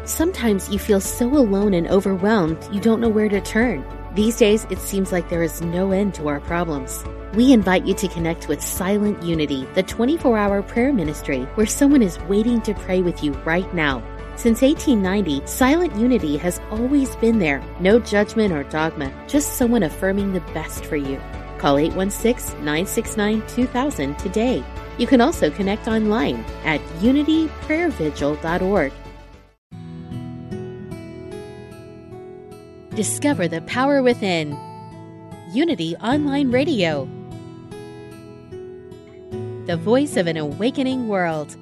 Sometimes you feel so alone and overwhelmed you don't know where to turn. These days, it seems like there is no end to our problems. We invite you to connect with Silent Unity, the 24-hour prayer ministry where someone is waiting to pray with you right now. Since 1890, Silent Unity has always been there. No judgment or dogma, just someone affirming the best for you. Call 816-969-2000 today. You can also connect online at unityprayervigil.org. Discover the power within. Unity Online Radio. The voice of an awakening world.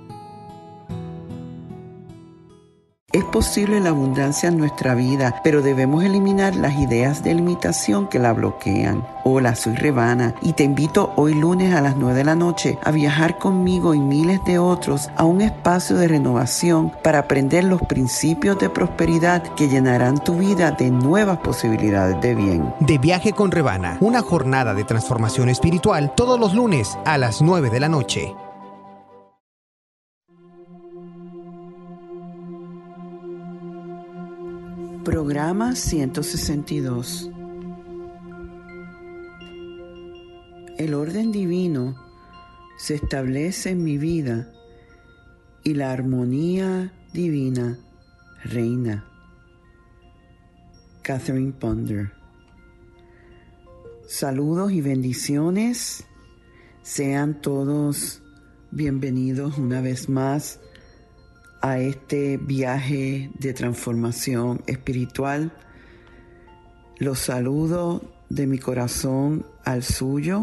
Es posible la abundancia en nuestra vida, pero debemos eliminar las ideas de limitación que la bloquean. Hola, soy Revana y te invito hoy lunes a las 9 de la noche a viajar conmigo y miles de otros a un espacio de renovación para aprender los principios de prosperidad que llenarán tu vida de nuevas posibilidades de bien. De Viaje con Revana, una jornada de transformación espiritual todos los lunes a las 9 de la noche. Programa 162. El orden divino se establece en mi vida y la armonía divina reina. Catherine Ponder. Saludos y bendiciones. Sean todos bienvenidos una vez más a este viaje de transformación espiritual. Los saludo de mi corazón al suyo,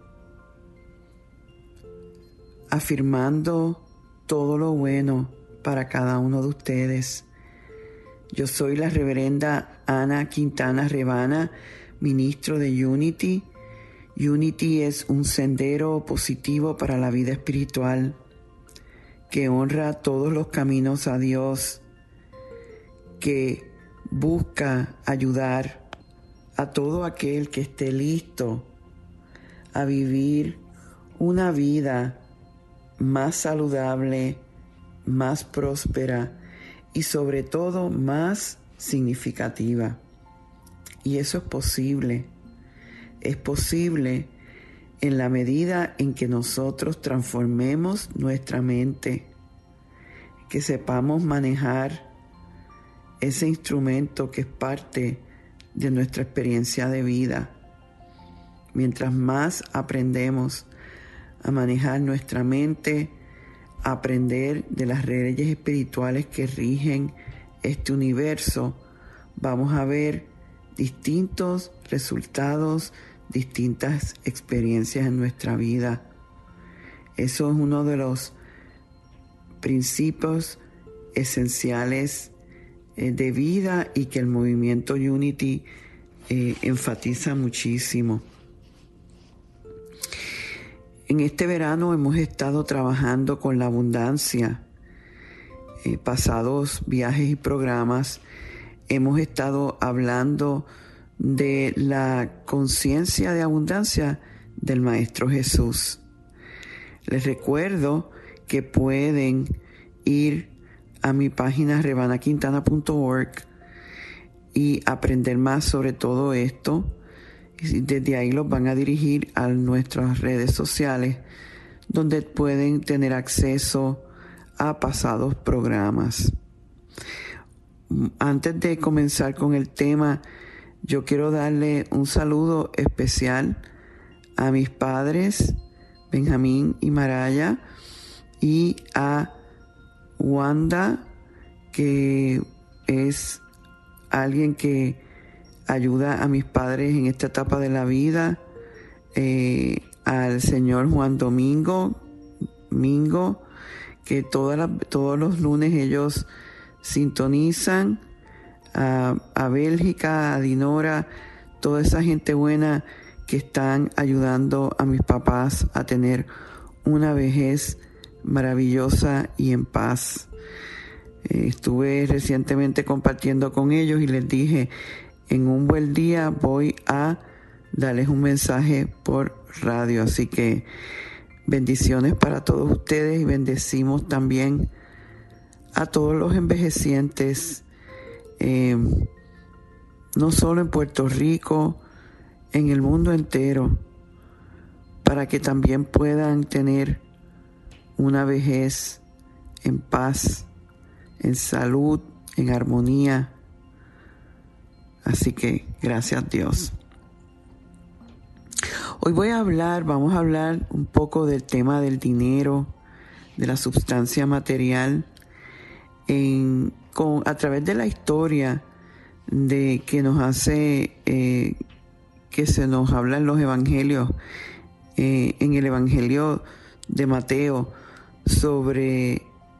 afirmando todo lo bueno para cada uno de ustedes. Yo soy la reverenda Ana Quintana Revana, ministro de Unity. Unity es un sendero positivo para la vida espiritual que honra todos los caminos a Dios, que busca ayudar a todo aquel que esté listo a vivir una vida más saludable, más próspera y sobre todo más significativa. Y eso es posible. Es posible en la medida en que nosotros transformemos nuestra mente, que sepamos manejar ese instrumento que es parte de nuestra experiencia de vida. Mientras más aprendemos a manejar nuestra mente, a aprender de las leyes espirituales que rigen este universo, vamos a ver distintos resultados, distintas experiencias en nuestra vida. Eso es uno de los principios esenciales de vida y que el movimiento Unity enfatiza muchísimo. En este verano hemos estado trabajando con la abundancia. Pasados viajes y programas hemos estado hablando de la conciencia de abundancia del Maestro Jesús. Les recuerdo que pueden ir a mi página revanaquintana.org y aprender más sobre todo esto. Desde ahí los van a dirigir a nuestras redes sociales, donde pueden tener acceso a pasados programas. Antes de comenzar con el tema, yo quiero darle un saludo especial a mis padres, Benjamín y Maraya, y a Wanda, que es alguien que ayuda a mis padres en esta etapa de la vida, al señor Juan Domingo, que todos los lunes ellos sintonizan, a Bélgica, a Dinora, toda esa gente buena que están ayudando a mis papás a tener una vejez maravillosa y en paz. Estuve recientemente compartiendo con ellos y les dije, en un buen día voy a darles un mensaje por radio, así que bendiciones para todos ustedes y bendecimos también a todos los envejecientes, no solo en Puerto Rico, en el mundo entero, para que también puedan tener una vejez en paz, en salud, en armonía. Así que gracias Dios. Hoy vamos a hablar un poco del tema del dinero, de la substancia material, a través de la historia de que nos hace, que se nos habla en los evangelios, en el evangelio de Mateo, sobre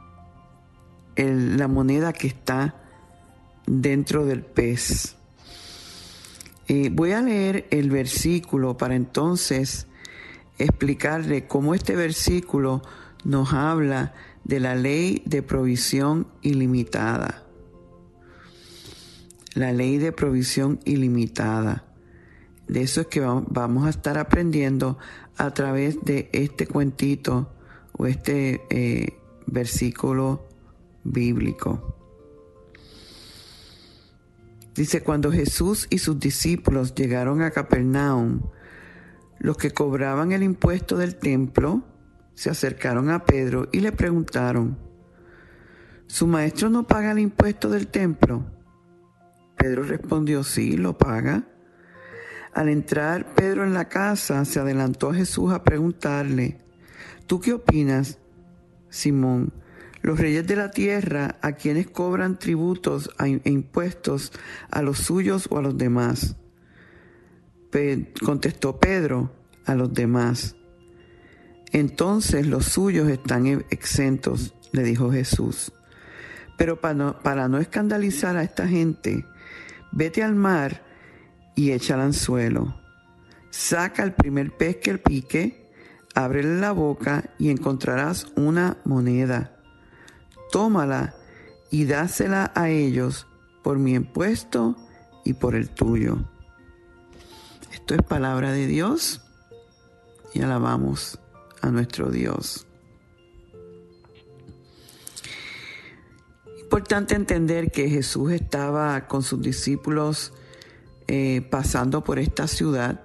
la moneda que está dentro del pez. Voy a leer el versículo para entonces explicarle cómo este versículo nos habla de la ley de provisión ilimitada. La ley de provisión ilimitada. De eso es que vamos a estar aprendiendo a través de este cuentito o este versículo bíblico. Dice, cuando Jesús y sus discípulos llegaron a Capernaum, los que cobraban el impuesto del templo se acercaron a Pedro y le preguntaron, ¿su maestro no paga el impuesto del templo? Pedro respondió, sí, lo paga. Al entrar Pedro en la casa, se adelantó a Jesús a preguntarle, ¿tú qué opinas, Simón? Los reyes de la tierra, ¿a quienes cobran tributos e impuestos, a los suyos o a los demás? Contestó Pedro, a los demás. Entonces los suyos están exentos, le dijo Jesús. Pero para no escandalizar a esta gente, vete al mar y echa el anzuelo. Saca el primer pez que pique, ábrele la boca y encontrarás una moneda. Tómala y dásela a ellos por mi impuesto y por el tuyo. Esto es palabra de Dios y alabamos a nuestro Dios. Importante entender que Jesús estaba con sus discípulos pasando por esta ciudad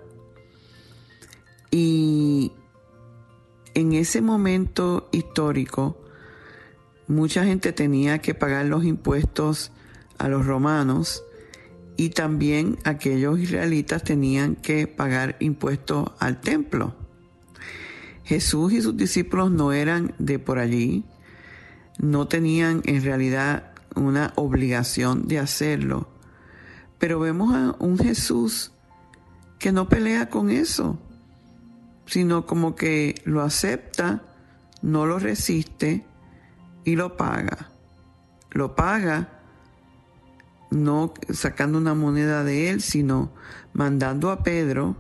y en ese momento histórico mucha gente tenía que pagar los impuestos a los romanos y también aquellos israelitas tenían que pagar impuestos al templo. Jesús y sus discípulos no eran de por allí, no tenían en realidad una obligación de hacerlo, pero vemos a un Jesús que no pelea con eso, sino como que lo acepta, no lo resiste y lo paga. Lo paga no sacando una moneda de él, sino mandando a Pedro.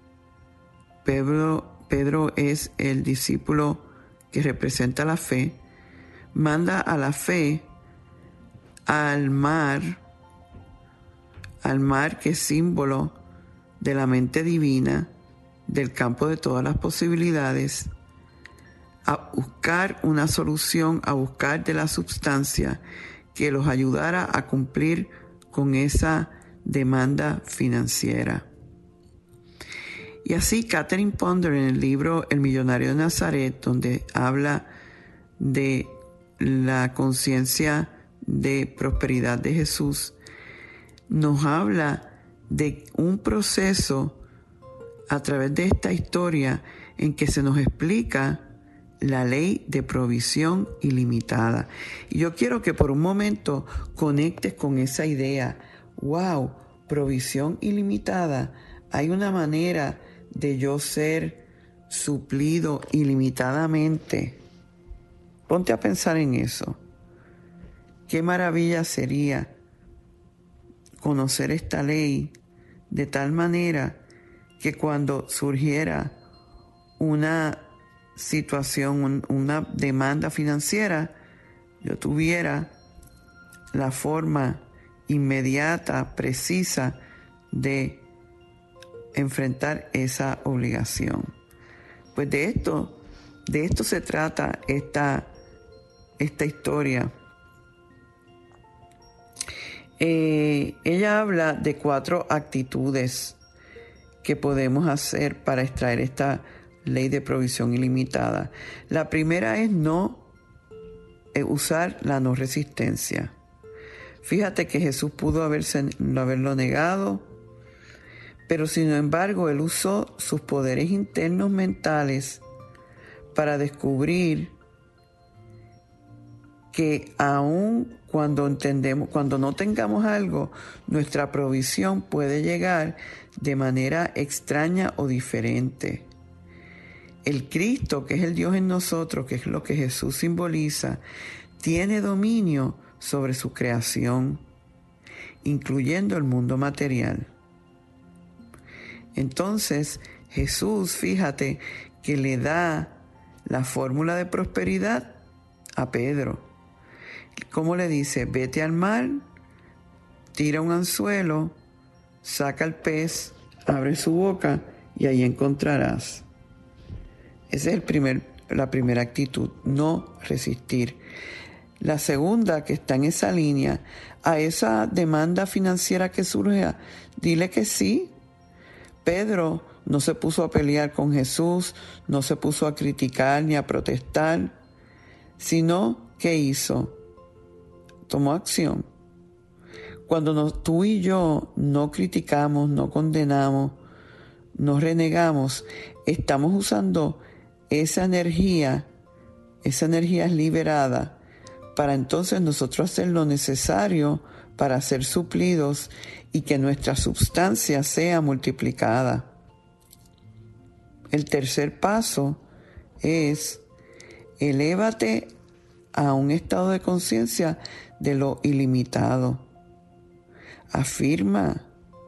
Pedro es el discípulo que representa la fe. Manda a la fe al mar que es símbolo de la mente divina, del campo de todas las posibilidades, a buscar una solución, a buscar de la substancia que los ayudara a cumplir con esa demanda financiera. Y así Catherine Ponder, en el libro El millonario de Nazaret, donde habla de la conciencia de prosperidad de Jesús, nos habla de un proceso a través de esta historia en que se nos explica la ley de provisión ilimitada. Y yo quiero que por un momento conectes con esa idea. ¡Wow! Provisión ilimitada. Hay una manera de yo ser suplido ilimitadamente. Ponte a pensar en eso. Qué maravilla sería conocer esta ley de tal manera que cuando surgiera una situación, una demanda financiera, yo tuviera la forma inmediata, precisa de enfrentar esa obligación. Pues de esto se trata esta historia ella habla de 4 actitudes que podemos hacer para extraer esta ley de provisión ilimitada. La primera es usar la no resistencia. Fíjate que Jesús pudo haberlo negado, pero sin embargo Él usó sus poderes internos mentales para descubrir que aun cuando no tengamos algo, nuestra provisión puede llegar de manera extraña o diferente. El Cristo, que es el Dios en nosotros, que es lo que Jesús simboliza, tiene dominio sobre su creación, incluyendo el mundo material. Entonces, Jesús, fíjate, que le da la fórmula de prosperidad a Pedro. ¿Cómo le dice? Vete al mar, tira un anzuelo, saca el pez, abre su boca y ahí encontrarás. Esa es la primera actitud, no resistir. La segunda, que está en esa línea, a esa demanda financiera que surja, dile que sí. Pedro no se puso a pelear con Jesús, no se puso a criticar ni a protestar, sino, ¿qué hizo? Tomó acción. Cuando tú y yo no criticamos, no condenamos, no renegamos, estamos usando esa energía es liberada para entonces nosotros hacer lo necesario para ser suplidos y que nuestra substancia sea multiplicada. El tercer paso es elévate a un estado de conciencia de lo ilimitado. Afirma,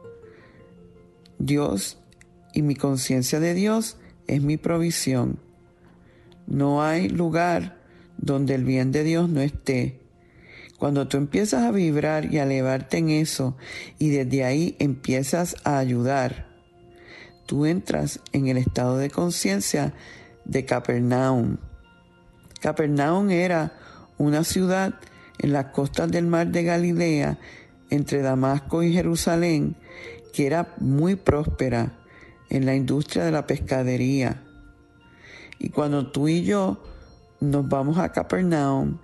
Dios y mi conciencia de Dios es mi provisión. No hay lugar donde el bien de Dios no esté. Cuando tú empiezas a vibrar y a elevarte en eso y desde ahí empiezas a ayudar, tú entras en el estado de conciencia de Capernaum. Capernaum era una ciudad en las costas del mar de Galilea, entre Damasco y Jerusalén, que era muy próspera en la industria de la pescadería. Y cuando tú y yo nos vamos a Capernaum,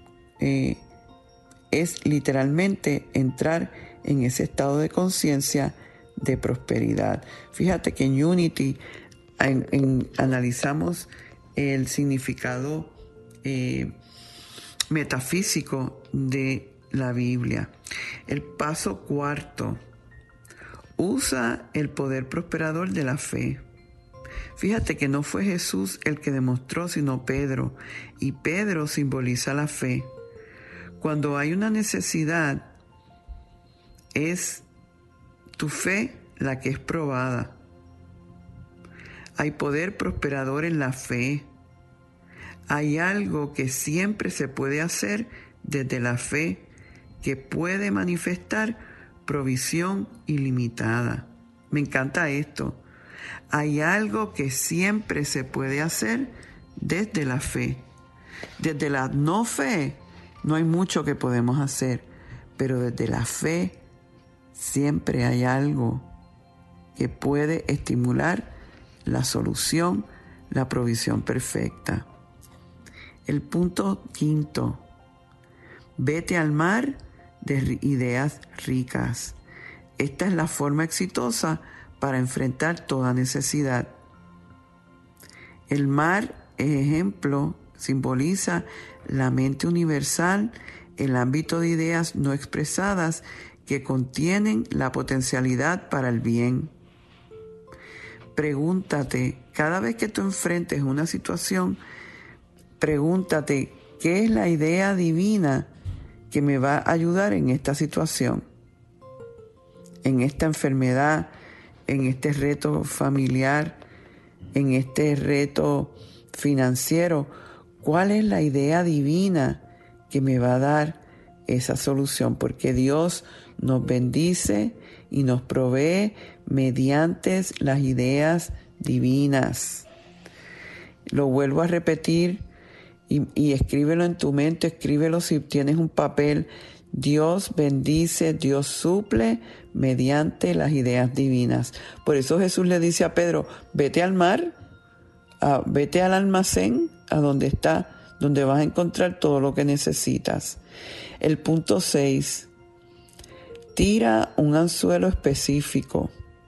es literalmente entrar en ese estado de conciencia de prosperidad. Fíjate que en Unity analizamos el significado metafísico de la Biblia. El paso 4, usa el poder prosperador de la fe. Fíjate que no fue Jesús el que demostró, sino Pedro, y Pedro simboliza la fe. Cuando hay una necesidad, es tu fe la que es probada. Hay poder prosperador en la fe. Hay algo que siempre se puede hacer desde la fe, que puede manifestar provisión ilimitada. Me encanta esto. Hay algo que siempre se puede hacer desde la fe. Desde la no fe no hay mucho que podemos hacer, pero desde la fe siempre hay algo que puede estimular la solución, la provisión perfecta. El punto 5, vete al mar de ideas ricas. Esta es la forma exitosa para enfrentar toda necesidad. El mar, ejemplo, simboliza la mente universal, el ámbito de ideas no expresadas que contienen la potencialidad para el bien. Pregúntate, cada vez que tú enfrentes una situación, pregúntate, ¿qué es la idea divina que me va a ayudar en esta situación? En esta enfermedad, en este reto familiar, en este reto financiero. ¿Cuál es la idea divina que me va a dar esa solución? Porque Dios nos bendice y nos provee mediante las ideas divinas. Lo vuelvo a repetir y escríbelo en tu mente, escríbelo si tienes un papel. Dios bendice, Dios suple mediante las ideas divinas. Por eso Jesús le dice a Pedro, vete al mar, vete al almacén, a donde vas a encontrar todo lo que necesitas. El punto 6, tira un anzuelo específico.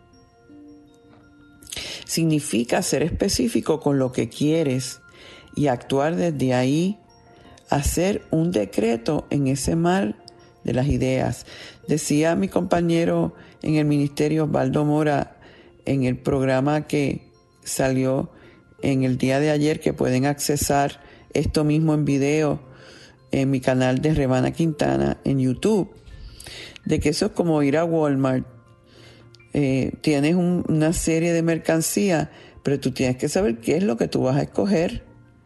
Significa ser específico con lo que quieres y actuar desde ahí, hacer un decreto en ese mar de las ideas. Decía mi compañero en el ministerio Osvaldo Mora en el programa que salió en el día de ayer, que pueden accesar esto mismo en video en mi canal de Revana Quintana en YouTube, de que eso es como ir a Walmart. Tienes una serie de mercancía, pero tú tienes que saber qué es lo que tú vas a escoger.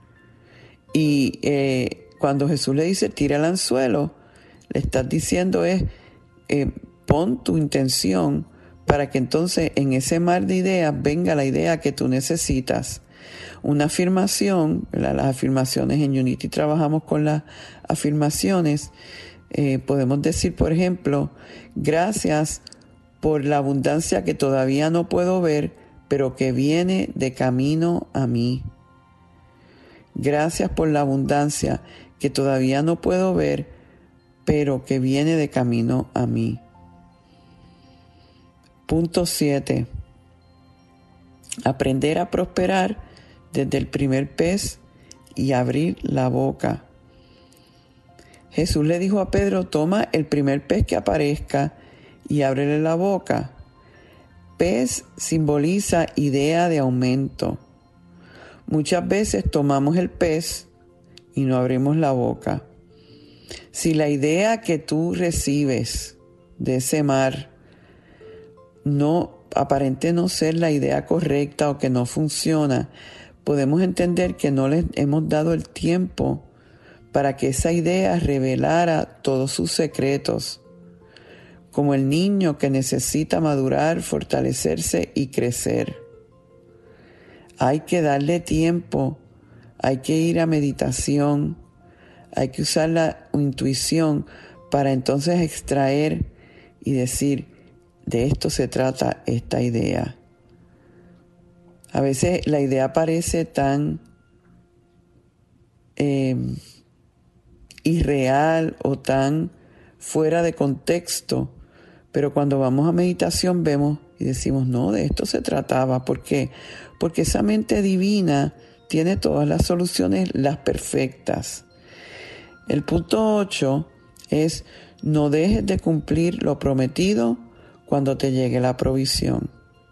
Y cuando Jesús le dice tira el anzuelo, le estás diciendo pon tu intención para que entonces en ese mar de ideas venga la idea que tú necesitas. Una afirmación, ¿verdad? Las afirmaciones en Unity trabajamos con las afirmaciones. Podemos decir, por ejemplo, gracias por la abundancia que todavía no puedo ver, pero que viene de camino a mí. Gracias por la abundancia que todavía no puedo ver, pero que viene de camino a mí. Punto 7. Aprender a prosperar desde el primer pez y abrir la boca. Jesús le dijo a Pedro, toma el primer pez que aparezca y ábrele la boca. Pez simboliza idea de aumento. Muchas veces tomamos el pez y no abrimos la boca. Si la idea que tú recibes de ese mar aparente no ser la idea correcta o que no funciona, podemos entender que no les hemos dado el tiempo para que esa idea revelara todos sus secretos, como el niño que necesita madurar, fortalecerse y crecer. Hay que darle tiempo, hay que ir a meditación, hay que usar la intuición para entonces extraer y decir, de esto se trata esta idea. A veces la idea parece tan irreal o tan fuera de contexto, pero cuando vamos a meditación vemos y decimos, no, de esto se trataba. ¿Por qué? Porque esa mente divina tiene todas las soluciones, las perfectas. El punto 8 es, no dejes de cumplir lo prometido cuando te llegue la provisión.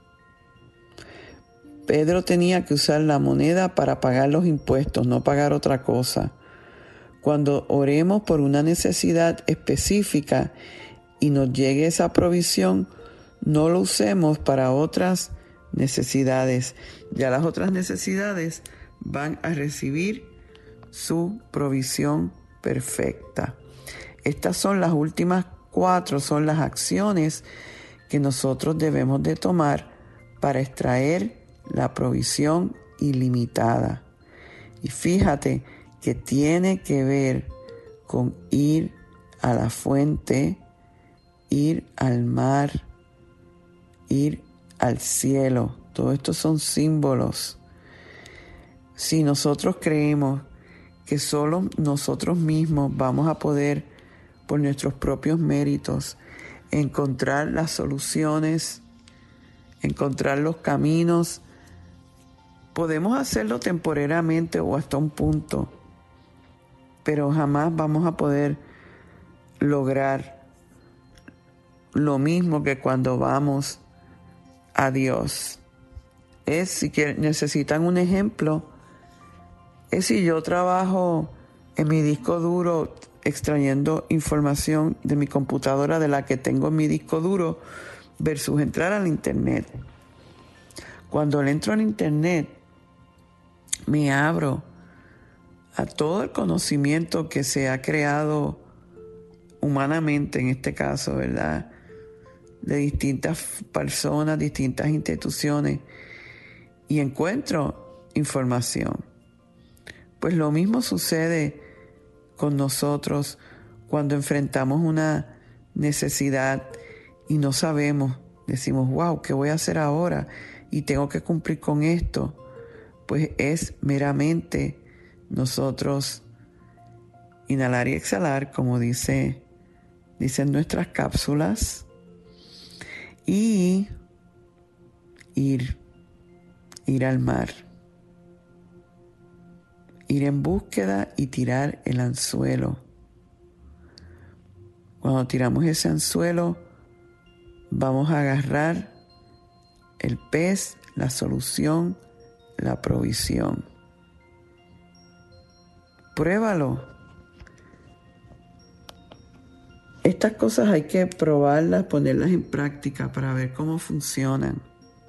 Pedro tenía que usar la moneda para pagar los impuestos, no pagar otra cosa. Cuando oremos por una necesidad específica y nos llegue esa provisión, no lo usemos para otras necesidades. Ya las otras necesidades van a recibir su provisión perfecta. Estas son las últimas 4, son las acciones que nosotros debemos de tomar para extraer la provisión ilimitada. Y fíjate que tiene que ver con ir a la fuente, ir al mar, ir al cielo. Todo esto son símbolos. Si nosotros creemos que solo nosotros mismos vamos a poder, por nuestros propios méritos, encontrar las soluciones, encontrar los caminos, podemos hacerlo temporariamente o hasta un punto, pero jamás vamos a poder lograr lo mismo que cuando vamos a Dios. Si necesitan un ejemplo, es si yo trabajo en mi disco duro extrayendo información de mi computadora de la que tengo en mi disco duro versus entrar al internet. Cuando le entro al internet, me abro a todo el conocimiento que se ha creado humanamente, en este caso, ¿verdad?, de distintas personas, distintas instituciones, y encuentro información. Pues lo mismo sucede con nosotros cuando enfrentamos una necesidad y no sabemos, decimos, wow, ¿qué voy a hacer ahora? Y tengo que cumplir con esto. Pues es meramente nosotros inhalar y exhalar, como dicen nuestras cápsulas, y ir al mar. Ir en búsqueda y tirar el anzuelo. Cuando tiramos ese anzuelo, vamos a agarrar el pez, la solución, la provisión. Pruébalo. Estas cosas hay que probarlas, ponerlas en práctica para ver cómo funcionan.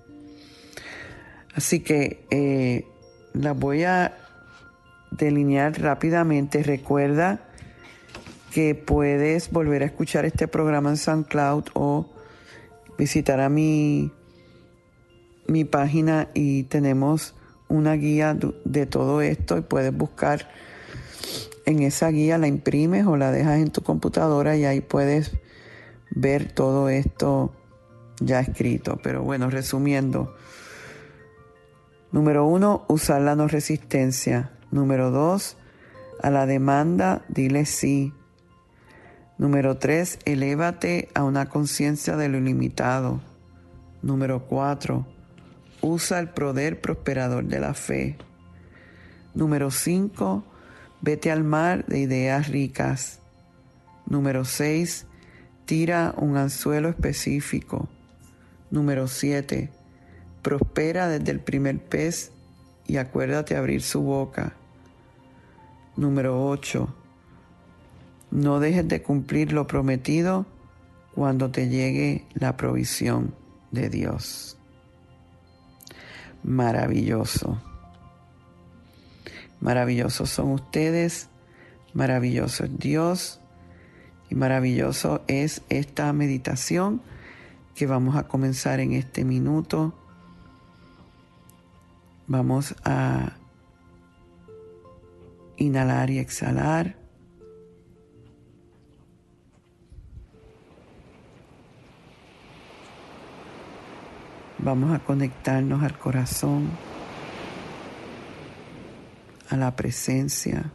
Así que las voy a delinear rápidamente. Recuerda que puedes volver a escuchar este programa en SoundCloud o visitar a mi página y tenemos una guía de todo esto y puedes buscar en esa guía, la imprimes o la dejas en tu computadora y ahí puedes ver todo esto ya escrito. Pero bueno, resumiendo. Número 1, usar la no resistencia. Número 2, a la demanda dile sí. Número 3, elévate a una conciencia de lo ilimitado. Número 4, usa el poder prosperador de la fe. Número 5, vete al mar de ideas ricas. Número 6, tira un anzuelo específico. Número 7, prospera desde el primer pez y acuérdate abrir su boca. Número 8, no dejes de cumplir lo prometido cuando te llegue la provisión de Dios. Maravilloso. Maravillosos son ustedes, maravilloso es Dios y maravilloso es esta meditación que vamos a comenzar en este minuto. Vamos a inhalar y exhalar. Vamos a conectarnos al corazón, a la presencia.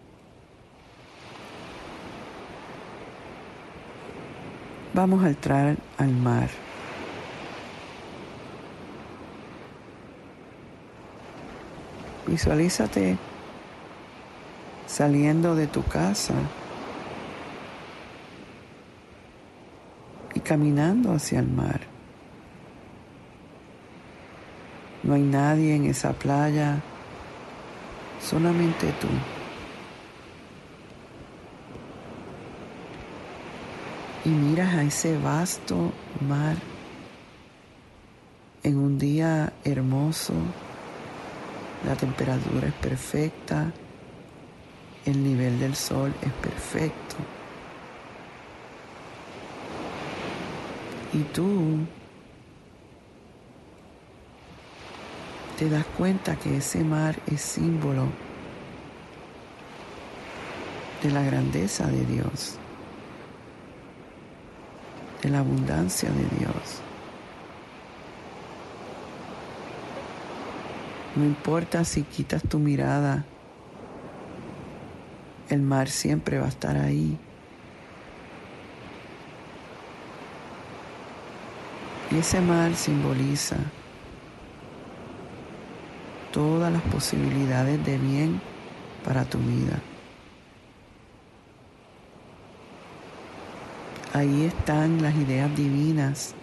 Vamos a entrar al mar. Visualízate saliendo de tu casa y caminando hacia el mar. No hay nadie en esa playa, solamente tú. Y miras a ese vasto mar en un día hermoso. La temperatura es perfecta, el nivel del sol es perfecto. Y tú te das cuenta que ese mar es símbolo de la grandeza de Dios, de la abundancia de Dios. No importa si quitas tu mirada, el mar siempre va a estar ahí. Y ese mar simboliza todas las posibilidades de bien para tu vida. Ahí están las ideas divinas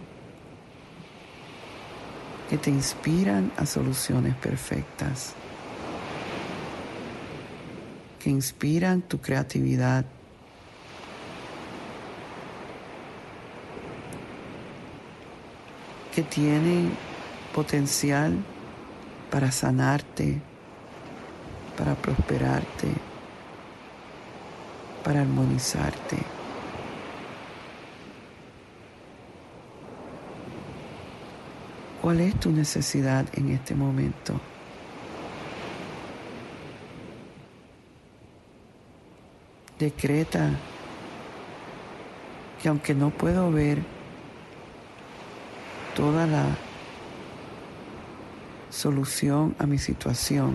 que te inspiran a soluciones perfectas, que inspiran tu creatividad, que tienen potencial para sanarte, para prosperarte, para armonizarte. ¿Cuál es tu necesidad en este momento? Decreta que aunque no puedo ver toda la solución a mi situación,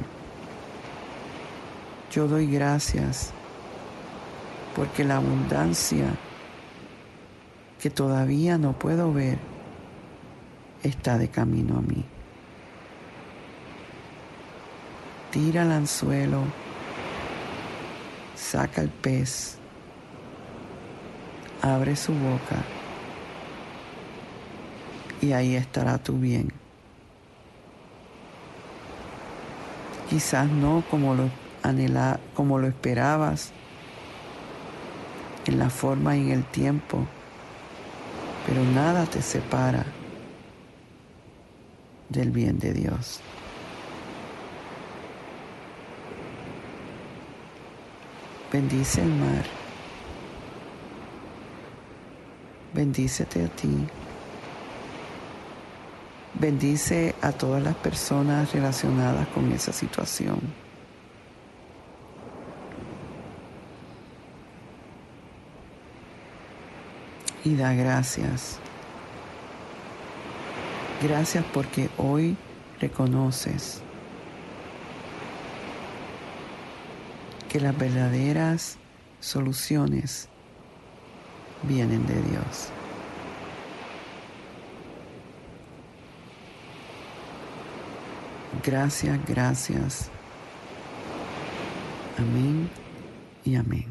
yo doy gracias porque la abundancia que todavía no puedo ver está de camino a mí. Tira el anzuelo, saca el pez, abre su boca y ahí estará tu bien. Quizás no como lo esperabas, en la forma y en el tiempo, pero nada te separa del bien de Dios. Bendice el mar. Bendícete a ti. Bendice a todas las personas relacionadas con esa situación. Y da gracias. Gracias porque hoy reconoces que las verdaderas soluciones vienen de Dios. Gracias, gracias. Amén y amén.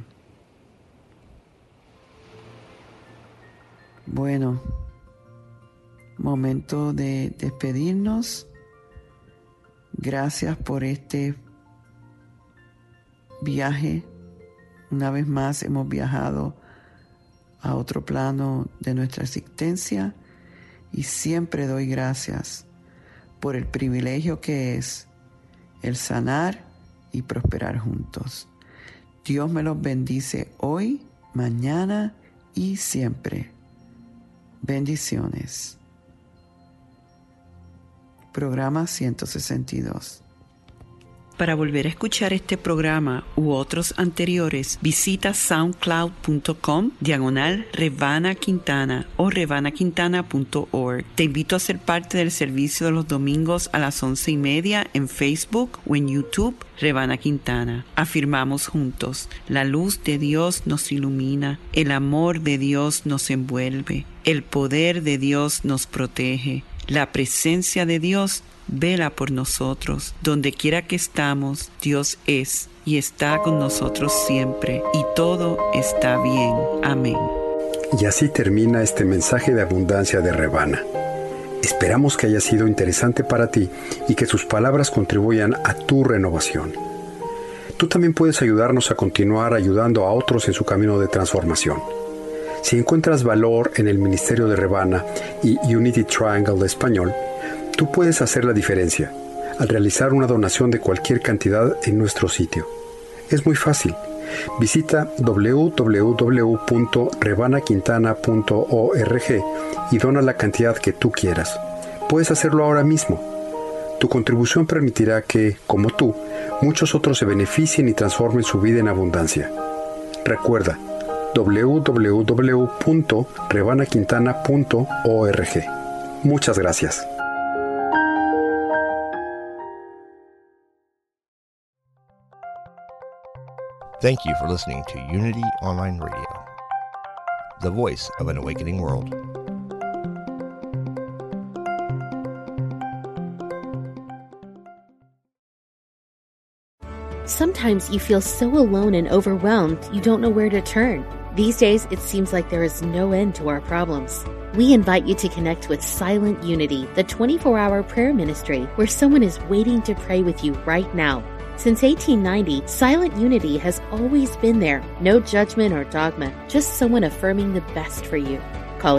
Bueno, momento de despedirnos. Gracias por este viaje. Una vez más hemos viajado a otro plano de nuestra existencia y siempre doy gracias por el privilegio que es el sanar y prosperar juntos. Dios me los bendice hoy, mañana y siempre. Bendiciones. Programa 162. Para volver a escuchar este programa u otros anteriores, visita soundcloud.com/Revana Quintana o revanaquintana.org. Te invito a ser parte del servicio de los domingos a las 11:30 en Facebook o en YouTube, Revana Quintana. Afirmamos juntos: la luz de Dios nos ilumina, el amor de Dios nos envuelve, el poder de Dios nos protege, la presencia de Dios vela por nosotros. Donde quiera que estamos, Dios es y está con nosotros siempre, y todo está bien. Amén. Y así termina este mensaje de abundancia de Revana. Esperamos que haya sido interesante para ti y que sus palabras contribuyan a tu renovación. Tú también puedes ayudarnos a continuar ayudando a otros en su camino de transformación. Si encuentras valor en el ministerio de Revana y Unity Triangle de Español, tú puedes hacer la diferencia al realizar una donación de cualquier cantidad en nuestro sitio. Es muy fácil. Visita www.revanaquintana.org y dona la cantidad que tú quieras. Puedes hacerlo ahora mismo. Tu contribución permitirá que, como tú, muchos otros se beneficien y transformen su vida en abundancia. Recuerda, www.revanaquintana.org. Muchas gracias. Thank you for listening to Unity Online Radio, the voice of an awakening world. Sometimes you feel so alone and overwhelmed you don't know where to turn. These days, it seems like there is no end to our problems. We invite you to connect with Silent Unity, the 24-hour prayer ministry where someone is waiting to pray with you right now. Since 1890, Silent Unity has always been there. No judgment or dogma, just someone affirming the best for you. Call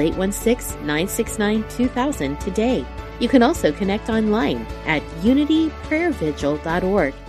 816-969-2000 today. You can also connect online at unityprayervigil.org